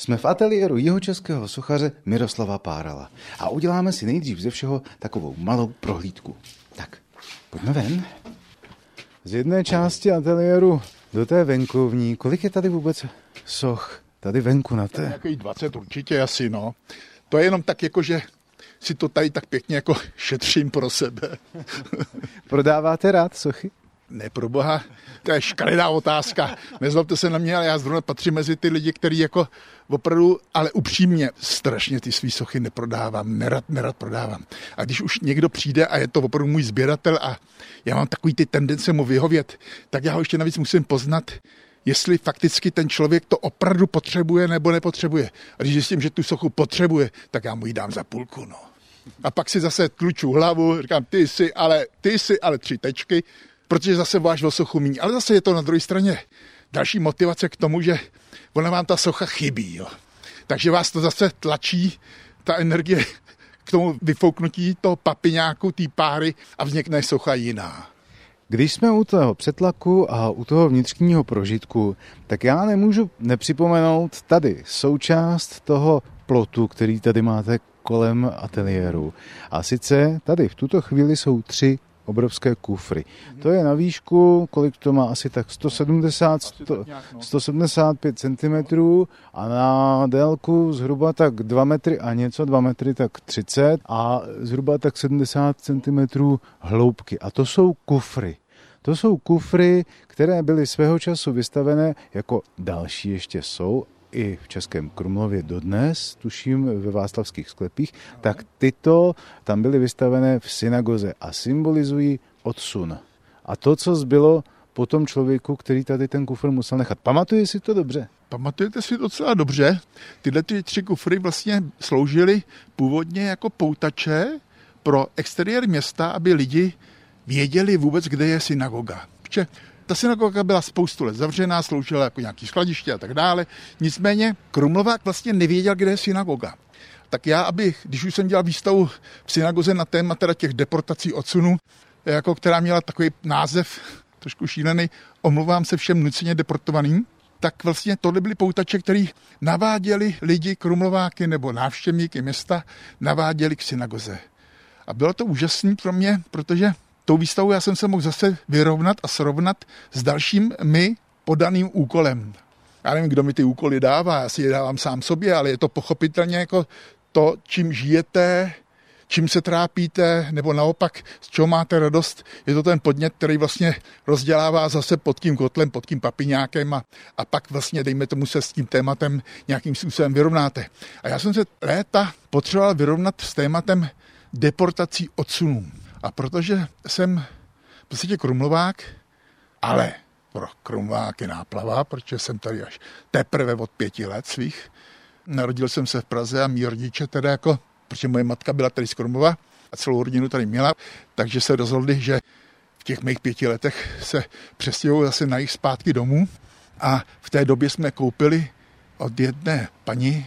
Jsme v ateliéru jihočeského sochaře Miroslava Párala a uděláme si nejdřív ze všeho takovou malou prohlídku. Tak, pojďme ven. Z jedné části ateliéru do té venkovní. Kolik je tady vůbec soch? Tady venku na té? Nějakých 20 určitě asi, no. To je jenom tak jako, že si to tady tak pěkně jako šetřím pro sebe. Prodáváte rád sochy? Ne, pro boha, to je škaredá otázka. Nezlobte se na mě, ale já zrovna patřím mezi ty lidi, kteří jako opravdu, ale upřímně, strašně ty svý sochy neprodávám, nerad prodávám. A když už někdo přijde a je to opravdu můj sběratel a já mám takový ty tendence mu vyhovět, tak já ho ještě navíc musím poznat, jestli fakticky ten člověk to opravdu potřebuje nebo nepotřebuje. A když zjistím, že tu sochu potřebuje, tak já mu ji dám za půlku, no. A pak si zase tluču hlavu, říkám, ty jsi ale 3 tečky, protože zase váš o sochu míň. Ale zase je to na druhé straně další motivace k tomu, že ona vám ta socha chybí. Jo. Takže vás to zase tlačí, ta energie k tomu vyfouknutí toho papiňáku, té páry a vznikne socha jiná. Když jsme u toho přetlaku a u toho vnitřního prožitku, tak já nemůžu nepřipomenout tady součást toho plotu, který tady máte kolem ateliéru. A sice tady v tuto chvíli jsou 3 obrovské kufry. To je na výšku, kolik to má, asi tak 175 cm a na délku zhruba tak 2 metry a něco, 2 metry tak 30 a zhruba tak 70 cm hloubky. A to jsou kufry. To jsou kufry, které byly svého času vystavené, jako další ještě jsou, i v Českém Krumlově dodnes, tuším ve Václavských sklepích, tak tyto tam byly vystavené v synagoze a symbolizují odsun. A to, co zbylo po tom člověku, který tady ten kufr musel nechat. Pamatuje si to dobře? Pamatujete si docela dobře. Tyhle 3 kufry vlastně sloužily původně jako poutače pro exteriér města, aby lidi věděli vůbec, kde je synagoga. Protože ta synagoga byla spoustu let zavřená, sloužila jako nějaký skladiště a tak dále. Nicméně Krumlovák vlastně nevěděl, kde je synagoga. Tak já, když už jsem dělal výstavu v synagoze na téma teda těch deportací odsunů, jako která měla takový název trošku šílený, omluvám se všem nuceně deportovaným, tak vlastně tohle byly poutače, který naváděli lidi, Krumlováky nebo návštěvníky města, naváděli k synagoze. A bylo to úžasné pro mě, protože tou výstavou já jsem se mohl zase vyrovnat a srovnat s dalším mi podaným úkolem. Já nevím, kdo mi ty úkoly dává, já si je dávám sám sobě, ale je to pochopitelně jako to, čím žijete, čím se trápíte, nebo naopak, z čeho máte radost. Je to ten podnět, který vlastně rozdělává zase pod tím kotlem, pod tím papiňákem a pak vlastně, dejme tomu, se s tím tématem nějakým způsobem vyrovnáte. A já jsem se léta potřeboval vyrovnat s tématem deportací odsunů. A protože jsem v podstatě Krumlovák, ale pro Krumlovák je náplava, protože jsem tady až teprve od 5 let svých. Narodil jsem se v Praze a mý rodiče teda jako, protože moje matka byla tady z Krumlova a celou rodinu tady měla, takže se rozhodli, že v těch mých 5 letech se přestěhují zase na jich zpátky domů. A v té době jsme koupili od jedné paní,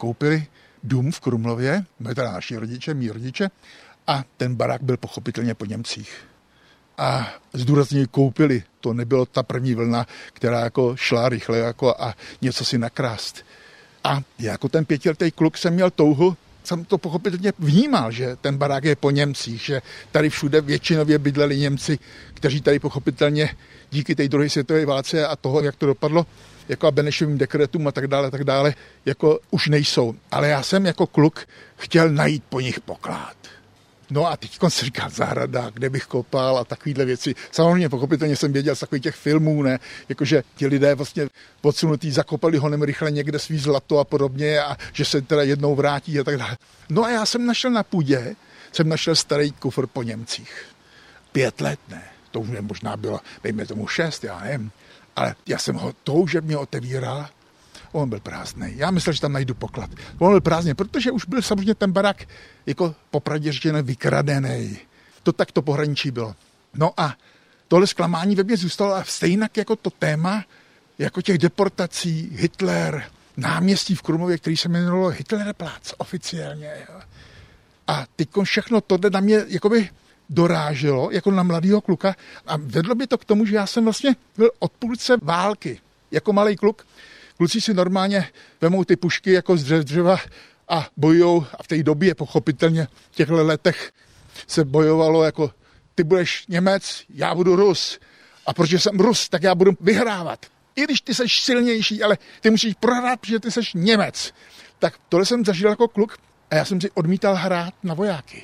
dům v Krumlově, teda naši rodiče, mý rodiče, a ten barák byl pochopitelně po Němcích. A zdůrazně koupili. To nebylo ta první vlna, která jako šla rychle jako a něco si nakrást. A jako ten 5letý kluk jsem měl touhu, jsem to pochopitelně vnímal, že ten barák je po Němcích, že tady všude většinově bydleli Němci, kteří tady pochopitelně díky té druhé světové válce a toho, jak to dopadlo, jako a Benešovým dekretům a tak dále, jako už nejsou. Ale já jsem jako kluk chtěl najít po nich poklad. No a teď se říká zahrada, kde bych kopal a takovýhle věci. Samozřejmě pochopitelně jsem věděl z takových těch filmů, ne, jakože ti lidé vlastně podsunutí zakopali honem rychle někde svý zlato a podobně a že se teda jednou vrátí a tak dále. No a já jsem našel na půdě, starý kufr po Němcích. 5 let, ne, to už možná bylo, dejme tomu 6, já nevím, ale já jsem ho toužebně otevíral. On byl prázdnej. Já myslel, že tam najdu poklad. On byl prázdný, protože už byl samozřejmě ten barák jako popravdě řečeno vykradený. To tak to pohraničí bylo. No a tohle zklamání ve mně zůstalo a stejnak jako to téma, jako těch deportací, Hitler, náměstí v Krumlově, který se jmenovalo Hitlerplatz oficiálně. Jo. A teď všechno tohle na mě jakoby doráželo, jako na mladýho kluka a vedlo by to k tomu, že já jsem vlastně byl od půlce války jako malý kluk, Kluci si normálně vemou ty pušky jako z dřeva a bojujou. A v té době, pochopitelně, v těchto letech se bojovalo jako ty budeš Němec, já budu Rus. A protože jsem Rus, tak já budu vyhrávat. I když ty seš silnější, ale ty musíš prohrát, protože ty seš Němec. Tak tohle jsem zažil jako kluk a já jsem si odmítal hrát na vojáky.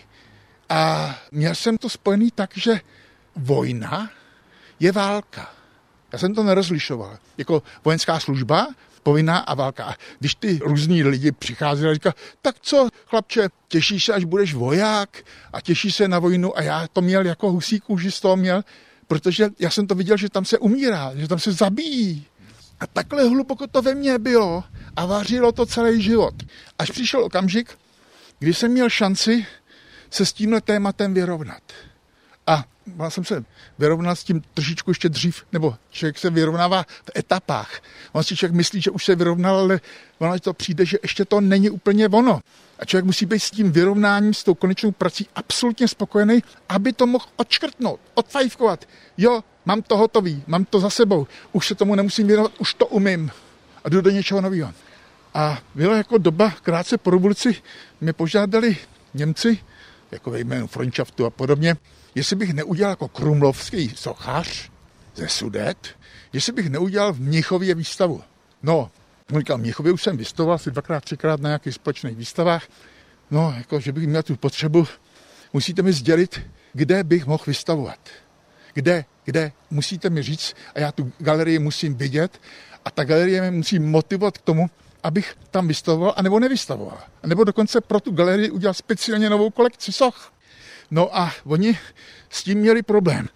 A měl jsem to spojený tak, že vojna je válka. Já jsem to nerozlišoval. Jako vojenská služba, povinná a válka. A když ty různý lidi přicházeli a říkali, tak co, chlapče, těšíš se, až budeš voják a těšíš se na vojnu a já to měl jako husí kůži z toho měl, protože já jsem to viděl, že tam se umírá, že tam se zabíjí. A takhle hluboko to ve mně bylo a vařilo to celý život. Až přišel okamžik, kdy jsem měl šanci se s tímhle tématem vyrovnat. A já jsem se vyrovnal s tím trošičku ještě dřív, nebo člověk se vyrovnává v etapách. On si člověk myslí, že už se vyrovnal, ale ono to přijde, že ještě to není úplně ono. A člověk musí být s tím vyrovnáním, s tou konečnou prací absolutně spokojený, aby to mohl odškrtnout, odfajfkovat. Jo, mám to hotový, mám to za sebou, už se tomu nemusím věnovat, už to umím a jdu do něčeho nového. A byla jako doba, krátce po revoluci, mě požádali Němci, jako ve jménu Freundschaftu a podobně, jestli bych neudělal jako krumlovský sochař ze Sudet, jestli bych neudělal v Mnichově výstavu. No, říkal, v Mnichově už jsem vystavoval asi 2x, 3x na nějakých společných výstavách. No, jako, že bych měl tu potřebu, musíte mi sdělit, kde bych mohl vystavovat. Kde, musíte mi říct a já tu galerii musím vidět a ta galerie mě musí motivovat k tomu, abych tam vystavoval, anebo nevystavoval. A nebo dokonce pro tu galerii udělal speciálně novou kolekci soch. No a oni s tím měli problém.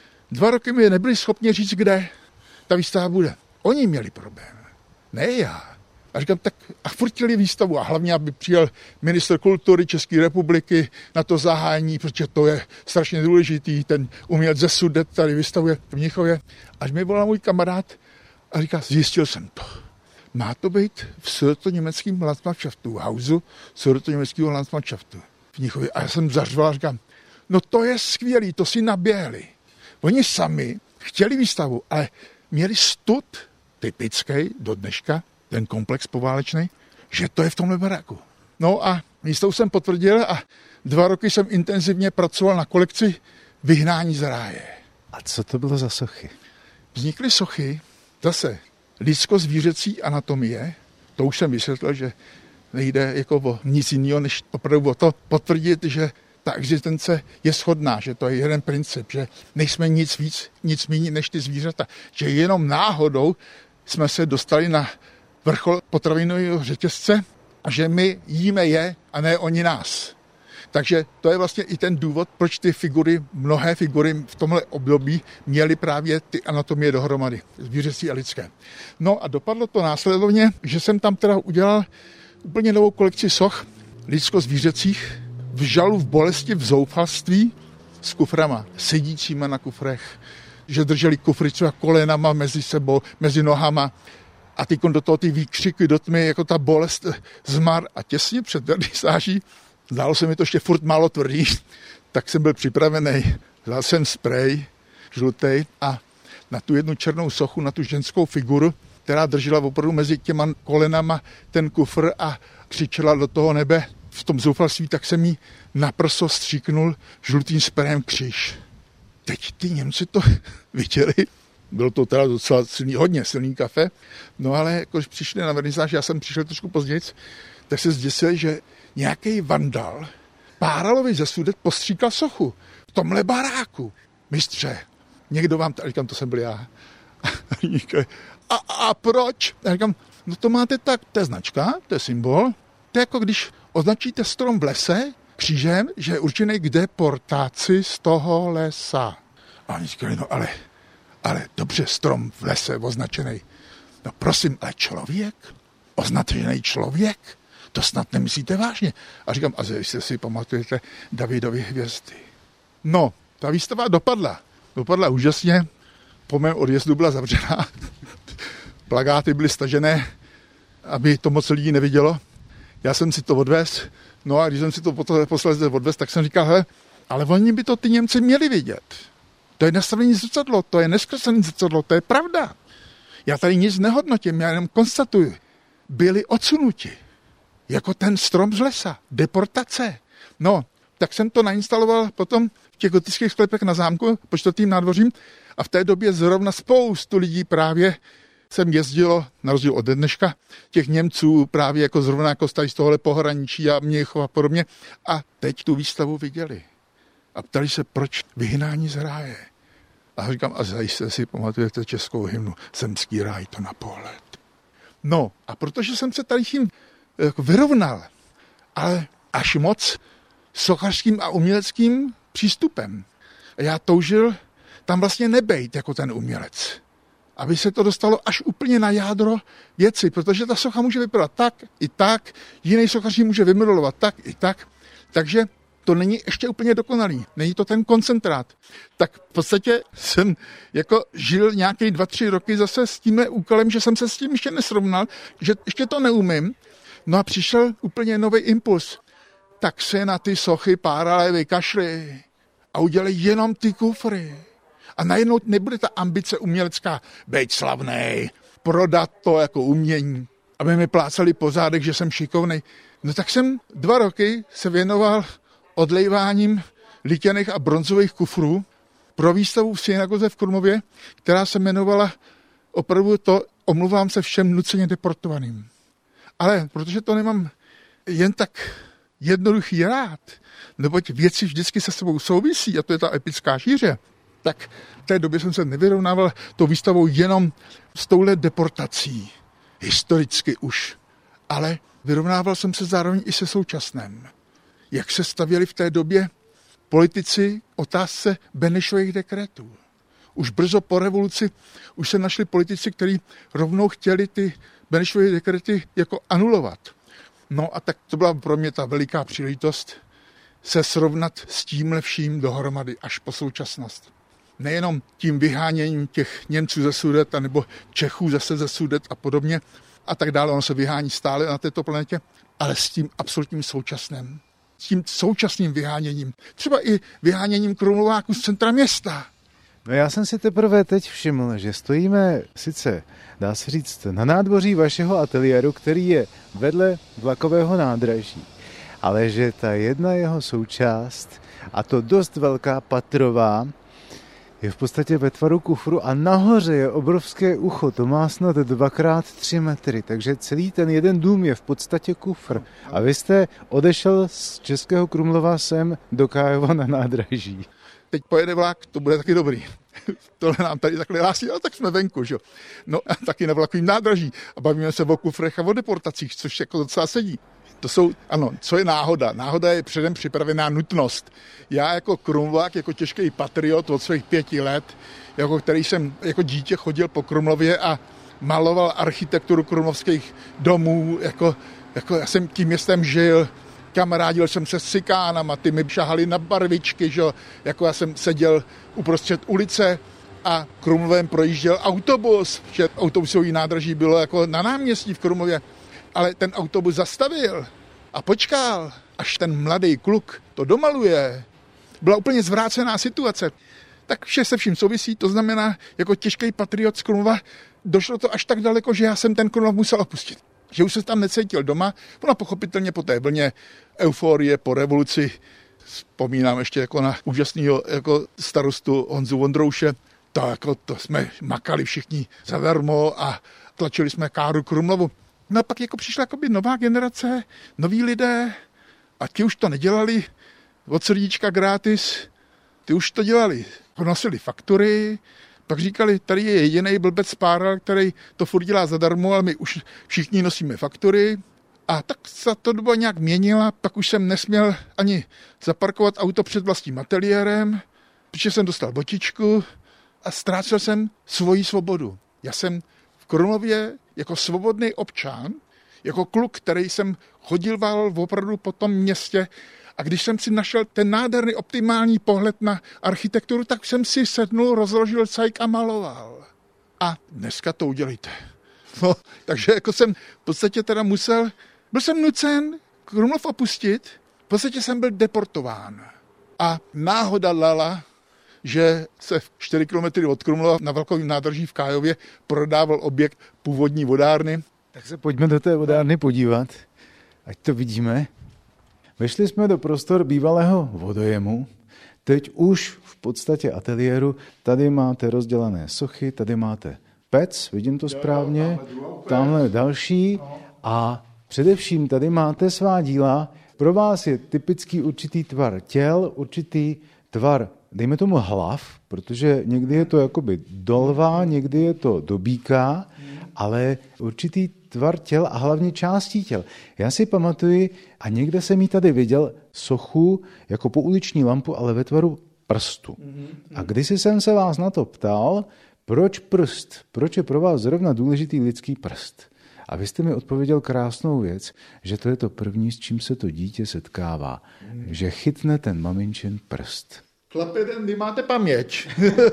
2 roky mi nebyli schopni říct, kde ta výstava bude. Oni měli problém, ne já. A říkám, tak a furt chtěli výstavu a hlavně, aby přijel ministr kultury České republiky na to zahájení, protože to je strašně důležitý, ten umělec ze Sudet tady vystavuje v Mnichově. Až mi volal můj kamarád a říká, zjistil jsem to. Má to být v sudetoněmeckém Landsmannschaftu, Hausu sudetoněmeckého Landsmannschaftu v Mnichově. A já jsem zařval a říkám, no to je skvělý, to si naběhli. Oni sami chtěli výstavu, ale měli stud typický do dneška, ten komplex poválečný, že to je v tomhle baráku. No a výstavu jsem potvrdil a 2 roky jsem intenzivně pracoval na kolekci Vyhnání z ráje. A co to bylo za sochy? Vznikly sochy, zase lidsko-zvířecí anatomie, to už jsem vysvětlil, že nejde jako o nic jiného, než opravdu o to potvrdit, že ta existence je shodná, že to je jeden princip, že nejsme nic víc, nic méně než ty zvířata, že jenom náhodou jsme se dostali na vrchol potravinového řetězce a že my jíme je a ne oni nás. Takže to je vlastně i ten důvod, proč ty figury, mnohé figury v tomhle období měly právě ty anatomie dohromady, zvířecí a lidské. No a dopadlo to následovně, že jsem tam teda udělal úplně novou kolekci soch lidsko-zvířecích v žalu, v bolesti, v zoufalství s kuframa, sedícíma na kufrech, že drželi kufry třeba kolenama mezi sebou, mezi nohama a ty do toho ty výkřiky do tmy, jako ta bolest, zmar a těsně před vernisáží. Zdálo se mi to ještě furt málo tvrdý, tak jsem byl připravený. Vzal jsem sprej žlutej a na tu jednu černou sochu, na tu ženskou figuru, která držela opravdu mezi těma kolenama ten kufr a křičela do toho nebe v tom zoufalství, tak jsem jí na prso stříknul žlutým sprejem kříž. Teď ty Němci to viděli, bylo to teda docela silný, hodně silný kafe, no ale když přišli na vernisáž, já jsem přišel trošku později, tak se zděsil, že nějaký vandal Páralovi ze Sudet postříkal sochu v tomhle baráku. Mistře, někdo vám, říkám, to jsem byl já. A proč? Já říkám, no to máte tak, to je značka, to je symbol, to je jako když označíte strom v lese křížem, že je určený k deportaci z toho lesa. A oni říkali, no ale dobře, strom v lese označený. No prosím, ale člověk? Označený člověk? To snad nemyslíte vážně. A říkám, a jestli si pamatujete Davidovy hvězdy. No, ta výstava dopadla. Dopadla úžasně. Po mém odjezdu byla zavřená. Plakáty byly stažené, aby to moc lidí nevidělo. Já jsem si to odvez. No a když jsem si to posledně odvez, tak jsem říkal, hele, ale oni by to ty Němci měli vidět. To je nastavené zrcadlo, to je neskreslené zrcadlo, to je pravda. Já tady nic nehodnotím, já jenom konstatuju. Byli odsunuti. Jako ten strom z lesa. Deportace. No, tak jsem to nainstaloval potom v těch gotických sklepech na zámku, počtvrtým nádvořím, a v té době zrovna spoustu lidí právě sem jezdilo, na rozdíl od dneška, těch Němců právě jako zrovna jako tady z tohohle pohraničí a Mnichov a podobně. A teď tu výstavu viděli. A ptali se, proč vyhnání z ráje. A říkám, a zajisté si pamatujete českou hymnu Zemský ráj to na pohled. No a protože jsem se tady tím jako vyrovnal, ale až moc sochařským a uměleckým přístupem. A já toužil tam vlastně nebejt jako ten umělec. Aby se to dostalo až úplně na jádro věci, protože ta socha může vypadat tak i tak, jiný sochař ji může vymodelovat tak i tak, takže to není ještě úplně dokonalý, není to ten koncentrát. Tak v podstatě jsem jako žil nějaký 2-3 roky zase s tímhle úkolem, že jsem se s tím ještě nesrovnal, že ještě to neumím. No a přišel úplně nový impuls. Tak se na ty sochy párale vykašli a udělej jenom ty kufry. A najednou nebude ta ambice umělecká být slavnej, prodat to jako umění, aby mi plácali po zádech, že jsem šikovnej. No tak jsem 2 roky se věnoval odlejváním litěných a bronzových kufrů pro výstavu v synagoze v Krumlově, která se jmenovala opravdu to, omluvám se všem nuceně deportovaným. Ale protože to nemám jen tak jednoduchý rád, neboť věci vždycky se sebou souvisí, a to je ta epická šíře, tak v té době jsem se nevyrovnával tou výstavou jenom s touhle deportací, historicky už, ale vyrovnával jsem se zároveň i se současným. Jak se stavěli v té době politici otázce Benešových dekretů. Už brzo po revoluci už se našli politici, kteří rovnou chtěli ty Benešovy dekrety jako anulovat. No a tak to byla pro mě ta veliká příležitost se srovnat s tímhle vším dohromady až po současnost. Nejenom tím vyháněním těch Němců ze Sudet, nebo Čechů zase ze Sudet a podobně a tak dále, ono se vyhání stále na této planetě, ale s tím absolutním současným. S tím současným vyháněním. Třeba i vyháněním Krumlováků z centra města. No já jsem si teprve teď všiml, že stojíme sice, dá se říct, na nádvoří vašeho ateliéru, který je vedle vlakového nádraží, ale že ta jedna jeho součást, a to dost velká patrová, je v podstatě ve tvaru kufru a nahoře je obrovské ucho, to má snad 2x3 metry, takže celý ten jeden dům je v podstatě kufr. A vy jste odešel z Českého Krumlova sem do Kájova na nádraží. Teď pojede vlak, to bude taky dobrý. Tohle nám tady takhle hlásí, ale tak jsme venku, že? No a taky na vlakovém nádraží a bavíme se o kufrech a o deportacích, což jako docela sedí. To jsou, ano, co je náhoda? Náhoda je předem připravená nutnost. Já jako Krumlovák, jako těžký patriot od svých 5 let, jako který jsem jako dítě chodil po Krumlově a maloval architekturu krumlovských domů, jako já jsem tím městem žil, kamarádil jsem se s cikánama, ty mi šahali na barvičky, že? Jako já jsem seděl uprostřed ulice a Krumlovem projížděl autobus, že autobusový nádraží bylo jako na náměstí v Krumlově. Ale ten autobus zastavil a počkal, až ten mladý kluk to domaluje. Byla úplně zvrácená situace. Tak vše se vším souvisí, to znamená, jako těžký patriot z Krumlova, došlo to až tak daleko, že já jsem ten Krumlov musel opustit. Že už se tam necítil doma, ona pochopitelně po té vlně euforie, po revoluci, vzpomínám ještě jako na úžasného jako starostu Honzu Vondrouše, to jsme makali všichni zadarmo a tlačili jsme Káru Krumlovu. No a pak jako přišla nová generace, noví lidé a ti už to nedělali od srdíčka gratis, ty už to dělali. Nosili faktury, pak říkali, tady je jediný blbec Páral, který to furt dělá zadarmo, ale my už všichni nosíme faktury. A tak se to doba nějak měnila, pak už jsem nesměl ani zaparkovat auto před vlastním ateliérem, protože jsem dostal botičku a ztrácel jsem svoji svobodu. Já jsem v Krumlově jako svobodný občan, jako kluk, který jsem chodilval opravdu po tom městě a když jsem si našel ten nádherný optimální pohled na architekturu, tak jsem si sednul, rozložil cajk a maloval. A dneska to udělejte. No, takže jako jsem v podstatě teda byl jsem nucen Krumlov opustit, v podstatě jsem byl deportován. A náhoda lala že se 4 kilometry od Krumlova na velkovém nádraží v Kájově prodával objekt původní vodárny. Tak se pojďme do té vodárny podívat, ať to vidíme. Vešli jsme do prostor bývalého vodojemu, teď už v podstatě ateliéru. Tady máte rozdělané sochy, tady máte pec, vidím to správně, tamhle další a především tady máte svá díla. Pro vás je typický určitý tvar těl, určitý tvar, dejme tomu hlav, protože někdy je to jakoby do lva, někdy je to do býka, ale určitý tvar těl a hlavně částí těl. Já si pamatuji, a někde jsem jí tady viděl sochu jako pouliční lampu, ale ve tvaru prstu. A kdysi jsem se vás na to ptal, proč prst? Proč je pro vás zrovna důležitý lidský prst? A vy jste mi odpověděl krásnou věc, že to je to první, s čím se to dítě setkává. Že chytne ten maminčin prst. Chlape, vy máte paměť.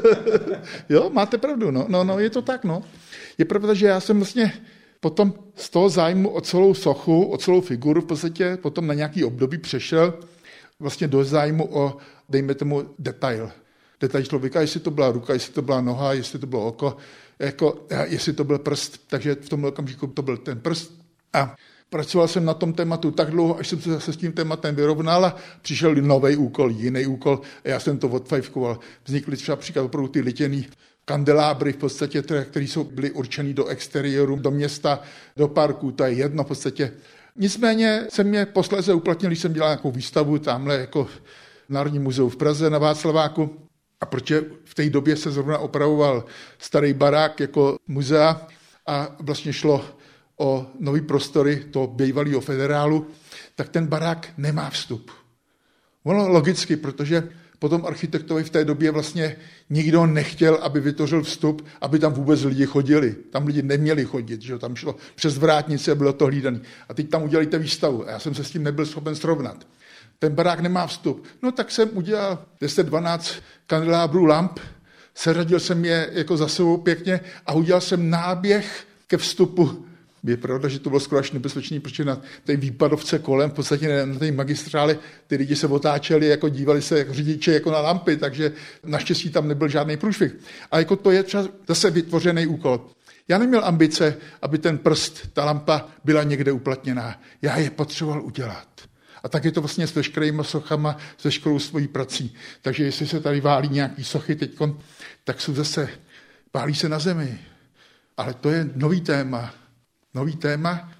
Jo, máte pravdu, no, je to tak, no. Je pravda, že já jsem vlastně potom z toho zájmu o celou sochu, o celou figuru v podstatě potom na nějaký období přešel vlastně do zájmu o, dejme tomu, detail člověka, jestli to byla ruka, jestli to byla noha, jestli to bylo oko, jako, jestli to byl prst, takže v tom okamžiku to byl ten prst. A pracoval jsem na tom tématu tak dlouho, až jsem se zase s tím tématem vyrovnal a přišel nový úkol, jiný úkol a já jsem to odfajfkoval. Vznikly třeba příklad opravdu ty litěný kandelábry v podstatě, které byly určený do exteriéru, do města, do parku, to je jedno v podstatě. Nicméně se mě posléze uplatnil, když jsem dělal nějakou výstavu tamhle jako v Národním muzeu v Praze na Václaváku. A protože v té době se zrovna opravoval starý barák jako muzea a vlastně šlo o nový prostory toho bývalého federálu, tak ten barák nemá vstup. Ono logicky, protože potom architektovi v té době vlastně nikdo nechtěl, aby vytvořil vstup, aby tam vůbec lidi chodili. Tam lidi neměli chodit, že tam šlo přes vrátnice a bylo to hlídané. A teď tam udělali výstavu a já jsem se s tím nebyl schopen srovnat. Ten barák nemá vstup. No tak jsem udělal 10-12 kandelábrů lamp, seřadil jsem je jako za sebou pěkně a udělal jsem náběh ke vstupu. Je pravda, že to bylo skoro až nebezpečný, protože na té výpadovce kolem, v podstatě na té magistrále, ty lidi se otáčeli, jako dívali se jako řidiči jako na lampy, takže naštěstí tam nebyl žádný průšvih. A jako to je třeba zase vytvořený úkol. Já neměl ambice, aby ten prst, ta lampa byla někde uplatněná. Já je potřeboval udělat. A tak je to vlastně s veškerýma sochama, s veškerou svojí prací. Takže jestli se tady válí nějaký sochy teďkon, tak jsou zase, válí se na zemi. Ale to je nový téma,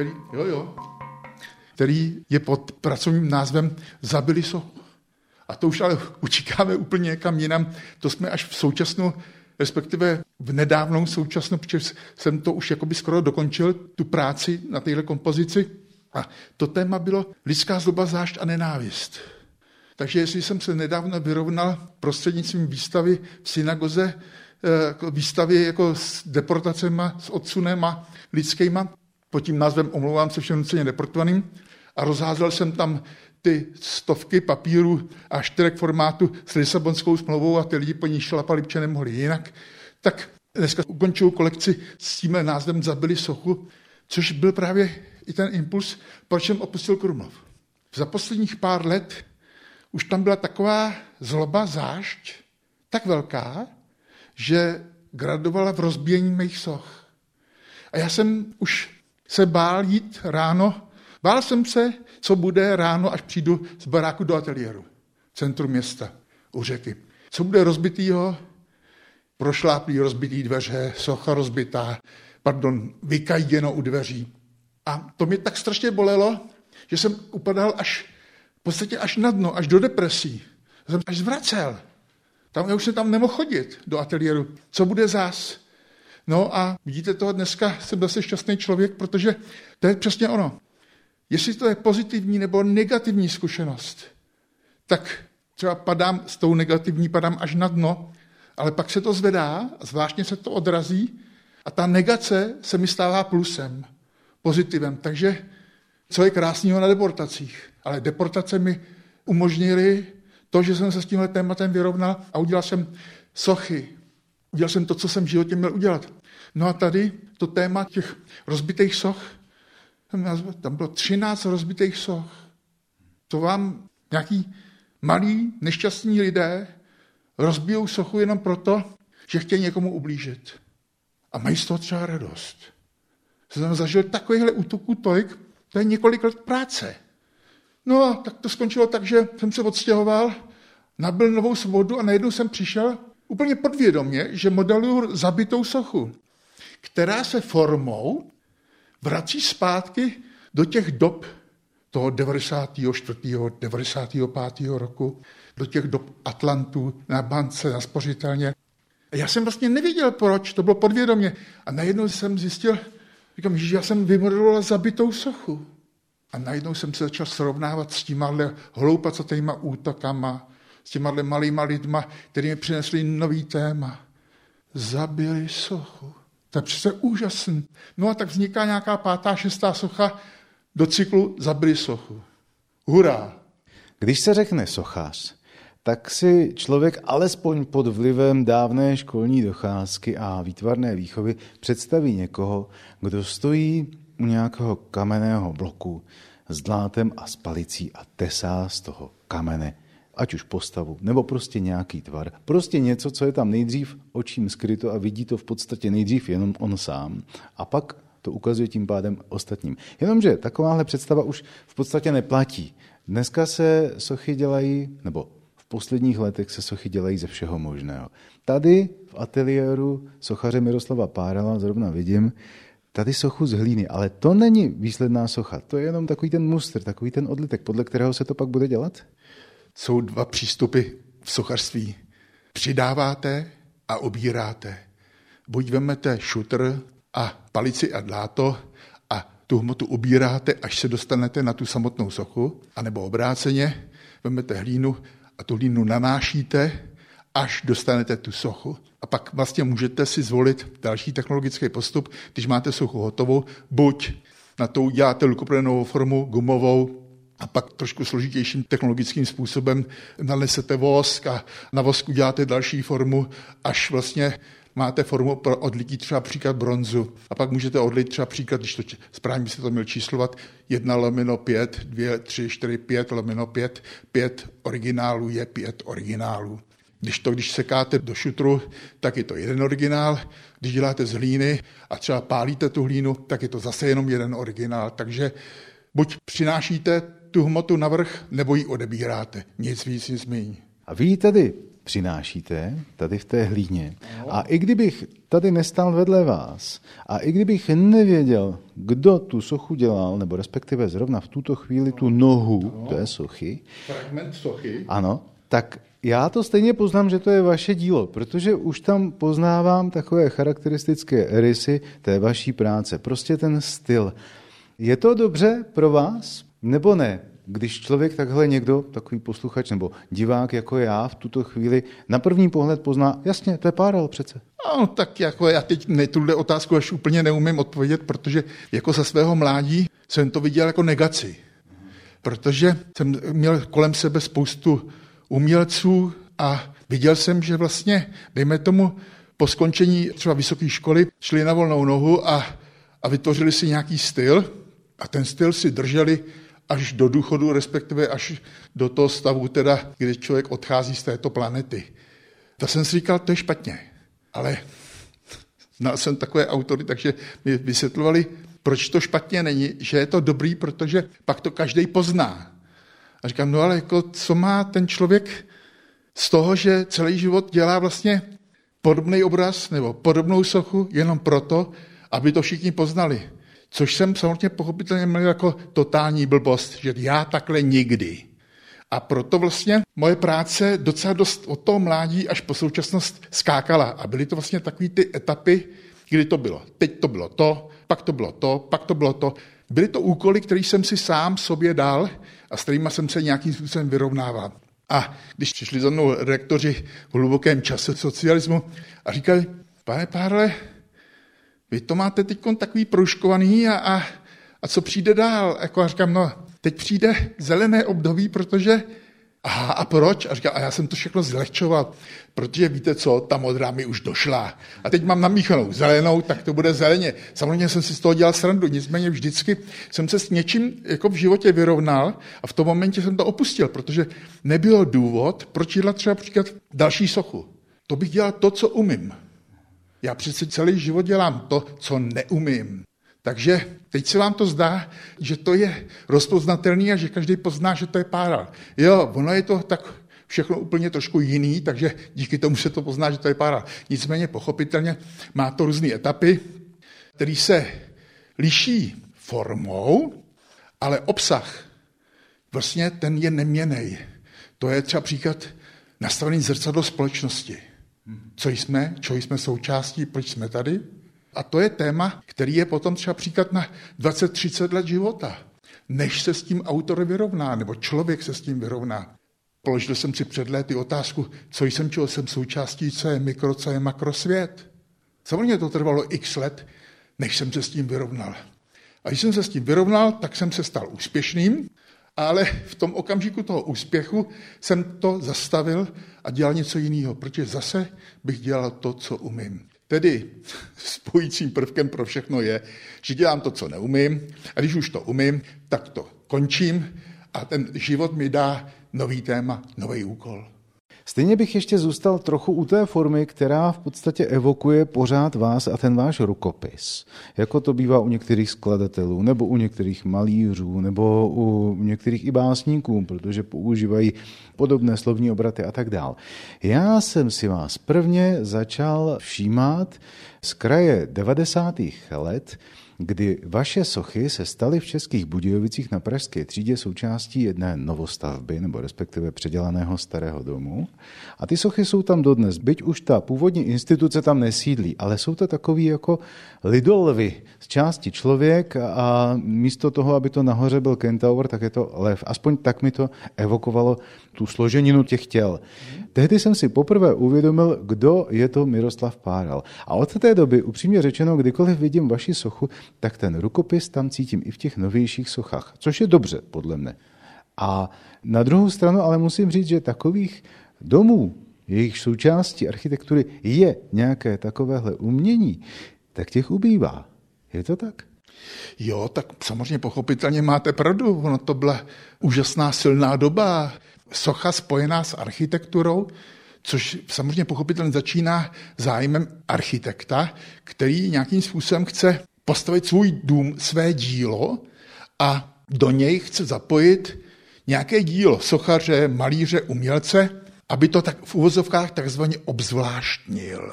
který je pod pracovním názvem Zabili sochu. A to už ale utíkáme úplně někam jinam. To jsme až v současnou, respektive v nedávnou současnou, protože jsem to už jakoby skoro dokončil, tu práci na téhle kompozici. A to téma bylo lidská zloba, zášť a nenávist. Takže jestli jsem se nedávno vyrovnal prostřednictvím výstavy v synagoze, výstavy jako s deportacema, s odsunema lidskýma, pod tím názvem omlouvám se všem nuceně deportovaným, a rozházel jsem tam ty stovky papírů a 4 formátu s Lisabonskou smlouvou a ty lidi po ní šlapali, protože nemohli jinak, tak dneska ukončuju kolekci s tímhle názvem Zabili sochu, což byl právě i ten impuls, proč jsem opustil Krumlov. Za posledních pár let už tam byla taková zloba, zášť, tak velká, že gradovala v rozbíjení mých soch. A já jsem už se bál jít ráno, bál jsem se, co bude ráno, až přijdu z baráku do ateliéru, v centru města, u řeky. Co bude rozbitýho, prošláplý rozbitý dveře, socha rozbitá, vykajděno u dveří. A to mě tak strašně bolelo, že jsem upadal v podstatě až na dno, až do depresí. Jsem až zvracel. Já už jsem tam nemohl chodit do ateliéru. Co bude zás? No a vidíte toho, dneska jsem zase šťastný člověk, protože to je přesně ono. Jestli to je pozitivní nebo negativní zkušenost, tak třeba padám s tou negativní, padám až na dno, ale pak se to zvedá, zvláštně se to odrazí a ta negace se mi stává plusem, pozitivem. Takže co je krásného na deportacích? Ale deportace mi umožnily to, že jsem se s tímhle tématem vyrovnal a udělal jsem sochy. Udělal jsem to, co jsem v životě měl udělat. No a tady to téma těch rozbitých soch, tam bylo 13 rozbitých soch. To vám nějaký malí, nešťastní lidé rozbijou sochu jenom proto, že chtějí někomu ublížit. A mají z toho třeba radost. Jsem zažil takovýchhle útoků tolik, to je několik let práce. No a tak to skončilo tak, že jsem se odstěhoval, nabyl novou svobodu a najednou jsem přišel úplně podvědomě, že modeluju zabitou sochu, která se formou vrací zpátky do těch dob toho 94. 95. roku, do těch dob Atlantů na bance, na spořitelně. A já jsem vlastně nevěděl, proč, to bylo podvědomě. A najednou jsem zjistil, říkám, že já jsem vymodeloval zabitou sochu. A najednou jsem se začal srovnávat s těma hloupacatýma útokama, s těma malýma lidma, který mi přinesli nový téma. Zabili sochu. To je přece úžasný. No a tak vzniká nějaká 5., 6. socha do cyklu Zabili sochu. Hurá! Když se řekne sochař, tak si člověk alespoň pod vlivem dávné školní docházky a výtvarné výchovy představí někoho, kdo stojí u nějakého kamenného bloku s dlátem a s palicí a tesá z toho kamene, ať už postavu, nebo prostě nějaký tvar. Prostě něco, co je tam nejdřív očím skryto a vidí to v podstatě nejdřív jenom on sám. A pak to ukazuje tím pádem ostatním. Jenomže takováhle představa už v podstatě neplatí. Dneska se sochy dělají, nebo v posledních letech se sochy dělají ze všeho možného. Tady v ateliéru sochaře Miroslava Párala zrovna vidím tady sochu z hlíny, ale to není výsledná socha, to je jenom takový ten mustr, takový ten odlitek, podle kterého se to pak bude dělat? Jsou 2 přístupy v sochařství. Přidáváte a obíráte. Buď vemete šutr a palici a dláto a tu hmotu obíráte, až se dostanete na tu samotnou sochu, anebo obráceně, vemete hlínu a tu hlínu nanášíte, až dostanete tu sochu. A pak vlastně můžete si zvolit další technologický postup, když máte sochu hotovou, buď na to uděláte lukoprodejnou formu gumovou a pak trošku složitějším technologickým způsobem nanesete vosk a na vosku děláte další formu, až vlastně máte formu pro odlití třeba příklad bronzu. A pak můžete odlit třeba příklad, když to správně by se to měl číslovat, 1/5, 2, 3, 4, 5/5, 5 originálů je 5 originálů. Když sekáte do šutru, tak je to 1 originál. Když děláte z hlíny a třeba pálíte tu hlínu, tak je to zase jenom 1 originál. Takže buď přinášíte tu hmotu navrch, nebo ji odebíráte. Nic víc, nic míň. A vy ji tady přinášíte, tady v té hlíně. A i kdybych tady nestál vedle vás, a i kdybych nevěděl, kdo tu sochu dělal, nebo respektive zrovna v tuto chvíli tu nohu té sochy, fragment sochy, ano, tak já to stejně poznám, že to je vaše dílo, protože už tam poznávám takové charakteristické rysy té vaší práce. Prostě ten styl. Je to dobře pro vás, nebo ne? Když člověk takhle někdo, takový posluchač nebo divák jako já v tuto chvíli na první pohled pozná, jasně, to je Páral přece. No, tak jako já teď tuhle otázku až úplně neumím odpovědět, protože jako za svého mládí jsem to viděl jako negaci. Protože jsem měl kolem sebe spoustu umělců a viděl jsem, že vlastně, dejme tomu, po skončení třeba vysoké školy šli na volnou nohu a vytvořili si nějaký styl a ten styl si drželi až do důchodu, respektive až do toho stavu, teda, kdy člověk odchází z této planety. Tak jsem si říkal, to je špatně. Ale znal jsem takové autory, takže mi vysvětlovali, proč to špatně není, že je to dobrý, protože pak to každý pozná. A říkám, no ale jako, co má ten člověk z toho, že celý život dělá vlastně podobný obraz nebo podobnou sochu jenom proto, aby to všichni poznali. Což jsem samozřejmě pochopitelně měl jako totální blbost, že já takhle nikdy. A proto vlastně moje práce docela dost od toho mládí až po současnost skákala. A byly to vlastně takové ty etapy, kdy to bylo. Teď to bylo to, pak to bylo to, pak to bylo to. Byly to úkoly, které jsem si sám sobě dal a s kterými jsem se nějakým způsobem vyrovnával. A když přišli za mnou redaktoři v hlubokém čase socialismu a říkali, pane Párle, vy to máte teď takový proužkovaný a co přijde dál? Jako já říkám, no, teď přijde zelené období, protože Aha, a proč? A říkal, a já jsem to všechno zlehčoval, protože víte co, ta modrá mi už došla. A teď mám namíchanou zelenou, tak to bude zeleně. Samozřejmě jsem si z toho dělal srandu, nicméně vždycky jsem se s něčím jako v životě vyrovnal a v tom momentě jsem to opustil, protože nebyl důvod, proč dělat třeba příklad další sochu. To bych dělal to, co umím. Já přece celý život dělám to, co neumím. Takže teď se vám to zdá, že to je rozpoznatelný a že každý pozná, že to je páral. Jo, ono je to tak všechno úplně trošku jiný, takže díky tomu se to pozná, že to je páral. Nicméně pochopitelně má to různé etapy, které se liší formou, ale obsah vlastně ten je neměnný. To je třeba příklad nastavený zrcadlo společnosti. Co jsme, čeho jsme součástí, proč jsme tady? A to je téma, který je potom třeba příklad na 20-30 let života, než se s tím autor vyrovná, nebo člověk se s tím vyrovná. Položil jsem si před lety otázku, co jsem, čeho jsem součástí, co je mikro, co je makrosvět. Samozřejmě to trvalo x let, než jsem se s tím vyrovnal. A když jsem se s tím vyrovnal, tak jsem se stal úspěšným, ale v tom okamžiku toho úspěchu jsem to zastavil a dělal něco jiného, protože zase bych dělal to, co umím. Tedy spojícím prvkem pro všechno je, že dělám to, co neumím, a když už to umím, tak to končím a ten život mi dá nový téma, nový úkol. Stejně bych ještě zůstal trochu u té formy, která v podstatě evokuje pořád vás a ten váš rukopis. Jako to bývá u některých skladatelů, nebo u některých malířů, nebo u některých i básníků, protože používají podobné slovní obraty a tak dál. Já jsem si vás prvně začal všímat z kraje 90. let, kdy vaše sochy se staly v Českých Budějovicích na Pražské třídě součástí jedné novostavby, nebo respektive předělaného starého domu. A ty sochy jsou tam dodnes, byť už ta původní instituce tam nesídlí, ale jsou to takový jako lidolvy z části člověk a místo toho, aby to nahoře byl kentaur, tak je to lev. Aspoň tak mi to evokovalo tu složeninu těch těl. Tehdy jsem si poprvé uvědomil, kdo je to Miroslav Páral. A od té doby, upřímně řečeno, kdykoliv vidím vaši sochu, tak ten rukopis tam cítím i v těch novějších sochách, což je dobře, podle mne. A na druhou stranu ale musím říct, že takových domů, jejich součástí architektury je nějaké takovéhle umění, tak těch ubývá. Je to tak? Jo, tak samozřejmě pochopitelně máte pravdu. Ono to byla úžasná silná doba. Socha spojená s architekturou, což samozřejmě pochopitelně začíná zájmem architekta, který nějakým způsobem chce postavit svůj dům, své dílo a do něj chce zapojit nějaké dílo sochaře, malíře, umělce, aby to tak v uvozovkách takzvaně obzvláštnil.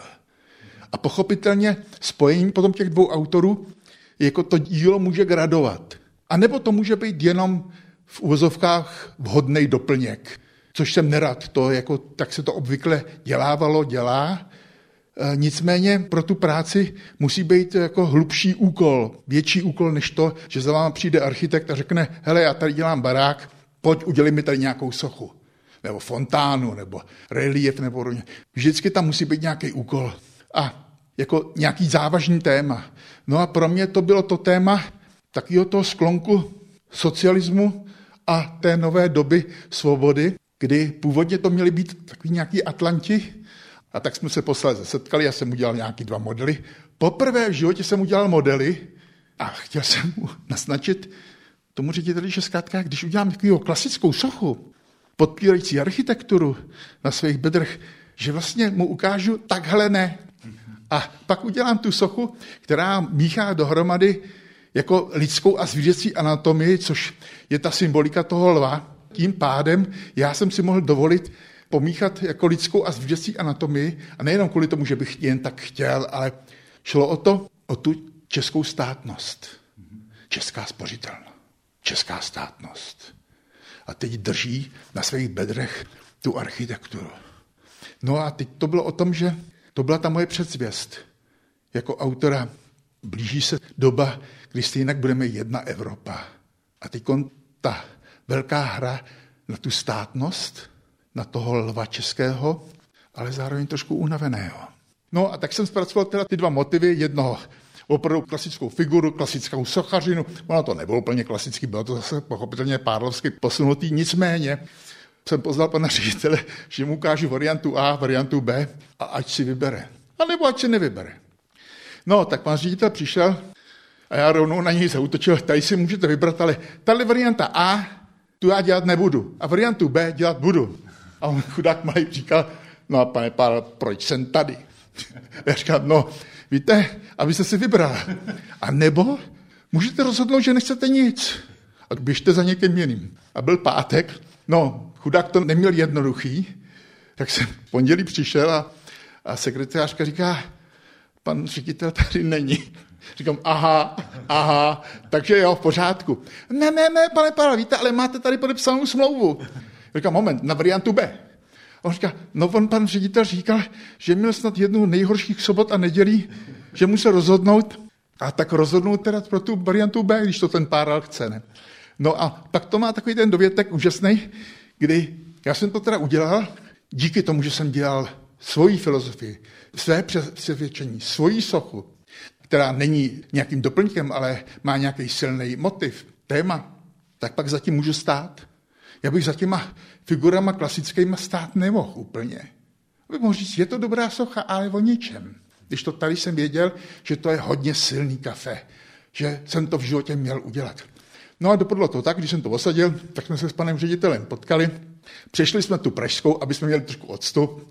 A pochopitelně spojením potom těch dvou autorů jako to dílo může gradovat. A nebo to může být jenom v uvozovkách vhodný doplněk, což jsem nerad, to jako, tak se to obvykle dělá. Nicméně pro tu práci musí být jako hlubší úkol, větší úkol než to, že za váma přijde architekt a řekne, hele, já tady dělám barák, pojď udělej mi tady nějakou sochu, nebo fontánu, nebo relief, nebo vždycky tam musí být nějaký úkol a jako nějaký závažný téma. No a pro mě to bylo to téma takového toho sklonku socialismu a té nové doby svobody, kdy původně to měli být takový nějaký Atlanti, a tak jsme se posléze setkali, já jsem udělal nějaký 2 modely. Poprvé v životě jsem udělal modely a chtěl jsem mu naznačit tomu řediteli, že zkrátka, když udělám takovou klasickou sochu, podpírající architekturu na svých bedrech, že vlastně mu ukážu takhle ne. A pak udělám tu sochu, která míchá dohromady jako lidskou a zvířecí anatomii, což je ta symbolika toho lva. Tím pádem já jsem si mohl dovolit pomíchat jako lidskou a zvířecí anatomii a nejenom kvůli tomu, že bych jen tak chtěl, ale šlo o tu českou státnost. Česká spořitelna. Česká státnost. A teď drží na svých bedrech tu architekturu. No a teď to bylo o tom, že to byla ta moje předzvěst. Jako autora blíží se doba, kdy stejně budeme jedna Evropa. A teď ta velká hra na tu státnost, na toho lva českého, ale zároveň trošku unaveného. No a tak jsem zpracoval teda ty 2 motivy, jednoho opravdu klasickou figuru, klasickou sochařinu. Ono to nebylo úplně klasický, bylo to zase pochopitelně párlovsky posunutý, nicméně jsem poznal pana ředitele, že mu ukážu variantu A, variantu B a ať si vybere. A nebo ať si nevybere. No, tak pan ředitel přišel a já rovnou na něj zaútočil, tady si můžete vybrat, ale tady varianta A, tu já dělat nebudu. A variantu B dělat budu. A on chudák malý říkal, no a pane Pál, proč jsem tady? Já říkal, no, víte, abyste si vybral. A nebo můžete rozhodnout, že nechcete nic. A běžte za někým jiným. A byl pátek, no, chudák to neměl jednoduchý, tak jsem v pondělí přišel a sekretářka říká, pan ředitel tady není. Říkám, aha, takže jo, v pořádku. Ne, pane Pál, víte, ale máte tady podepsanou smlouvu. Říkám, moment, na variantu B. A on říká, no pan ředitel říkal, že měl snad jednu nejhorších sobot a nedělí, že musel rozhodnout, a tak rozhodnout teda pro tu variantu B, když to ten Páral chce, ne? No a pak to má takový ten dovětek úžasný, kdy já jsem to teda udělal, díky tomu, že jsem dělal svoji filozofii, své přesvědčení, svoji sochu, která není nějakým doplňkem, ale má nějaký silný motiv, téma, tak pak zatím můžu stát. Já bych za těma figurama klasickýma stát nemohl úplně. Bych mohl říct, je to dobrá socha, ale o ničem. Když to tady jsem věděl, že to je hodně silný kafe, že jsem to v životě měl udělat. No a dopadlo to tak, když jsem to osadil, tak jsme se s panem ředitelem potkali, přešli jsme tu pražskou, aby jsme měli trošku odstup.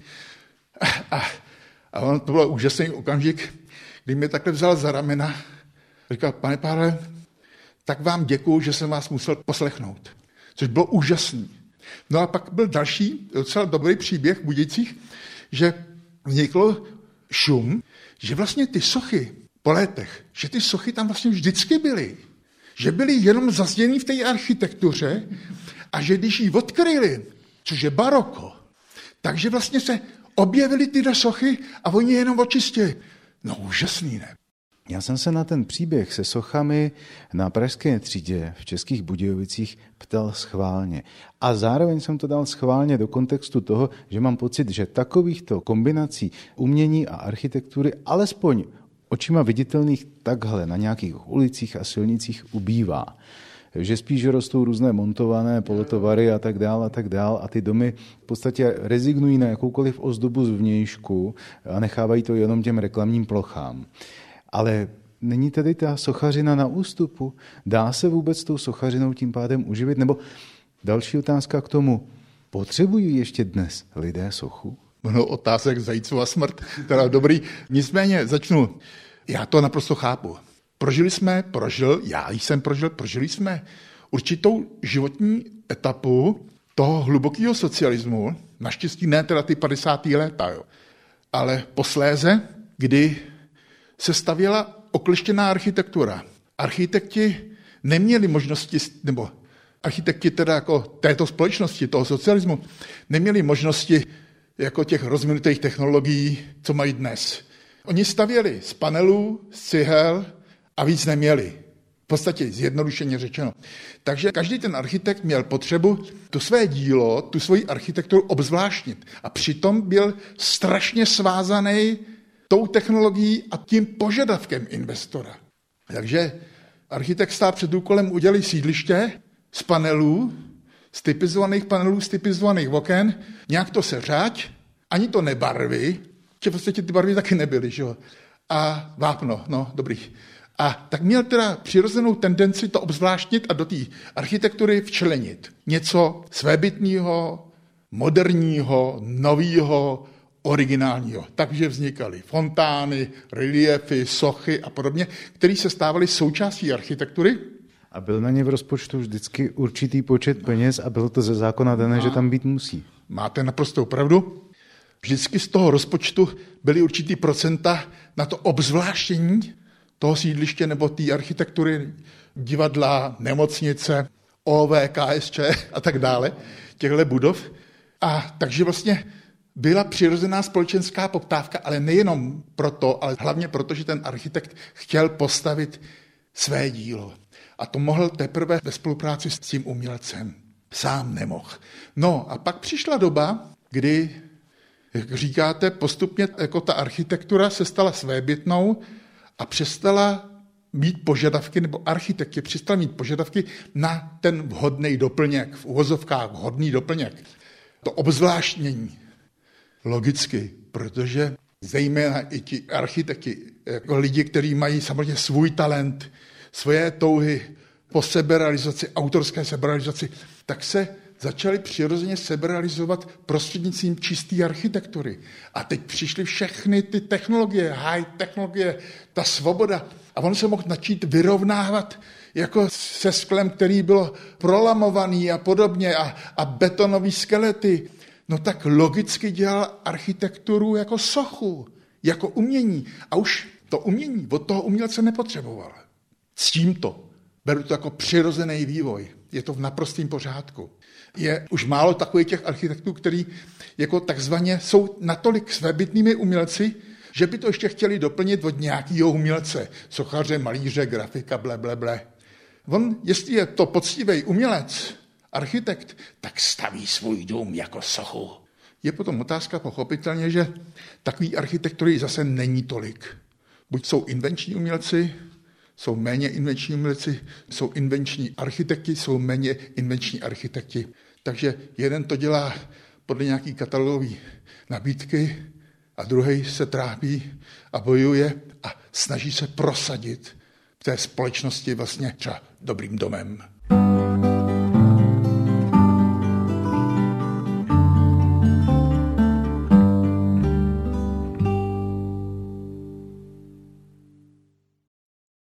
A on, to byl úžasný okamžik, kdy mě takhle vzal za ramena, říkal, pane Pále, tak vám děkuju, že jsem vás musel poslechnout. Což bylo úžasný. No a pak byl další docela dobrý příběh v Budějcích, že vznikl šum, že vlastně ty sochy po létech, že ty sochy tam vlastně vždycky byly. Že byly jenom zazděný v té architektuře a že když ji odkryli, což je baroko, takže vlastně se objevily tyhle sochy a oni jenom očistili. No úžasný, ne? Já jsem se na ten příběh se sochami na Pražské třídě v Českých Budějovicích ptal schválně. A zároveň jsem to dal schválně do kontextu toho, že mám pocit, že takovýchto kombinací umění a architektury alespoň očima viditelných takhle na nějakých ulicích a silnicích ubývá. Že spíš rostou různé montované polotovary a tak dál a ty domy v podstatě rezignují na jakoukoliv ozdobu zvnějšku a nechávají to jenom těm reklamním plochám. Ale není tedy ta sochařina na ústupu? Dá se vůbec tou sochařinou tím pádem uživit? Nebo další otázka k tomu, potřebují ještě dnes lidé sochu? No, otázek zajíců a smrt, teda dobrý. Nicméně začnu. Já to naprosto chápu. Prožili jsme určitou životní etapu toho hlubokého socialismu, naštěstí ne teda ty 50. léta, jo. Ale posléze, kdy se stavěla okleštěná architektura. Architekti neměli možnosti, nebo architekti teda jako této společnosti, toho socialismu, neměli možnosti jako těch rozvinutých technologií, co mají dnes. Oni stavěli z panelů, z cihel a víc neměli. V podstatě zjednodušeně řečeno. Takže každý ten architekt měl potřebu to své dílo, tu svoji architekturu obzvláštnit. A přitom byl strašně svázaný tou technologií a tím požadavkem investora. Takže architekt stál před úkolem udělat sídliště z panelů, z typizovaných oken, nějak to seřáď, ani to nebarvy, že v podstatě ty barvy taky nebyly, že jo? A vápno, no dobrý. A tak měl teda přirozenou tendenci to obzvláštnit a do té architektury včlenit. Něco svébytného, moderního, nového, originálního. Takže vznikaly fontány, reliefy, sochy a podobně, které se stávaly součástí architektury. A byl na ně v rozpočtu vždycky určitý počet peněz a bylo to ze zákona dané, že tam být musí. Máte naprostou pravdu. Vždycky z toho rozpočtu byly určitý procenta na to obzvláštění toho sídliště nebo té architektury, divadla, nemocnice, OV, KSČ a tak dále, těchto budov. A takže vlastně byla přirozená společenská poptávka, ale nejenom proto, ale hlavně proto, že ten architekt chtěl postavit své dílo. A to mohl teprve ve spolupráci s tím umělcem. Sám nemohl. No a pak přišla doba, kdy, jak říkáte, postupně jako ta architektura se stala svébytnou a přestala mít požadavky, nebo architekti přestali mít požadavky na ten vhodný doplněk, v uvozovkách vhodný doplněk. to obzvláštnění. Logicky, protože zejména i ti architekti, jako lidi, kteří mají samozřejmě svůj talent, svoje touhy po seberealizaci, autorské seberealizaci, tak se začali přirozeně seberealizovat prostřednictvím čisté architektury. A teď přišly všechny ty technologie, high technologie, ta svoboda. A on se mohl začít vyrovnávat jako se sklem, který bylo prolamovaný a podobně a betonový skelety. No tak logicky dělal architekturu jako sochu, jako umění. A už to umění od toho umělce nepotřeboval. Ctím to. Beru to jako přirozený vývoj. Je to v naprostém pořádku. Je už málo takových těch architektů, kteří jako takzvaně jsou natolik svébytnými umělci, že by to ještě chtěli doplnit od nějakého umělce, sochaře, malíře, grafika, ble. On, jestli je to poctivý umělec, architekt, tak staví svůj dům jako sochu. Je potom otázka pochopitelně, že takový architektury zase není tolik. Buď jsou invenční umělci, jsou méně invenční umělci, jsou invenční architekti, jsou méně invenční architekti. Takže jeden to dělá podle nějaký katalogové nabídky a druhý se trápí a bojuje a snaží se prosadit v té společnosti vlastně třeba dobrým domem.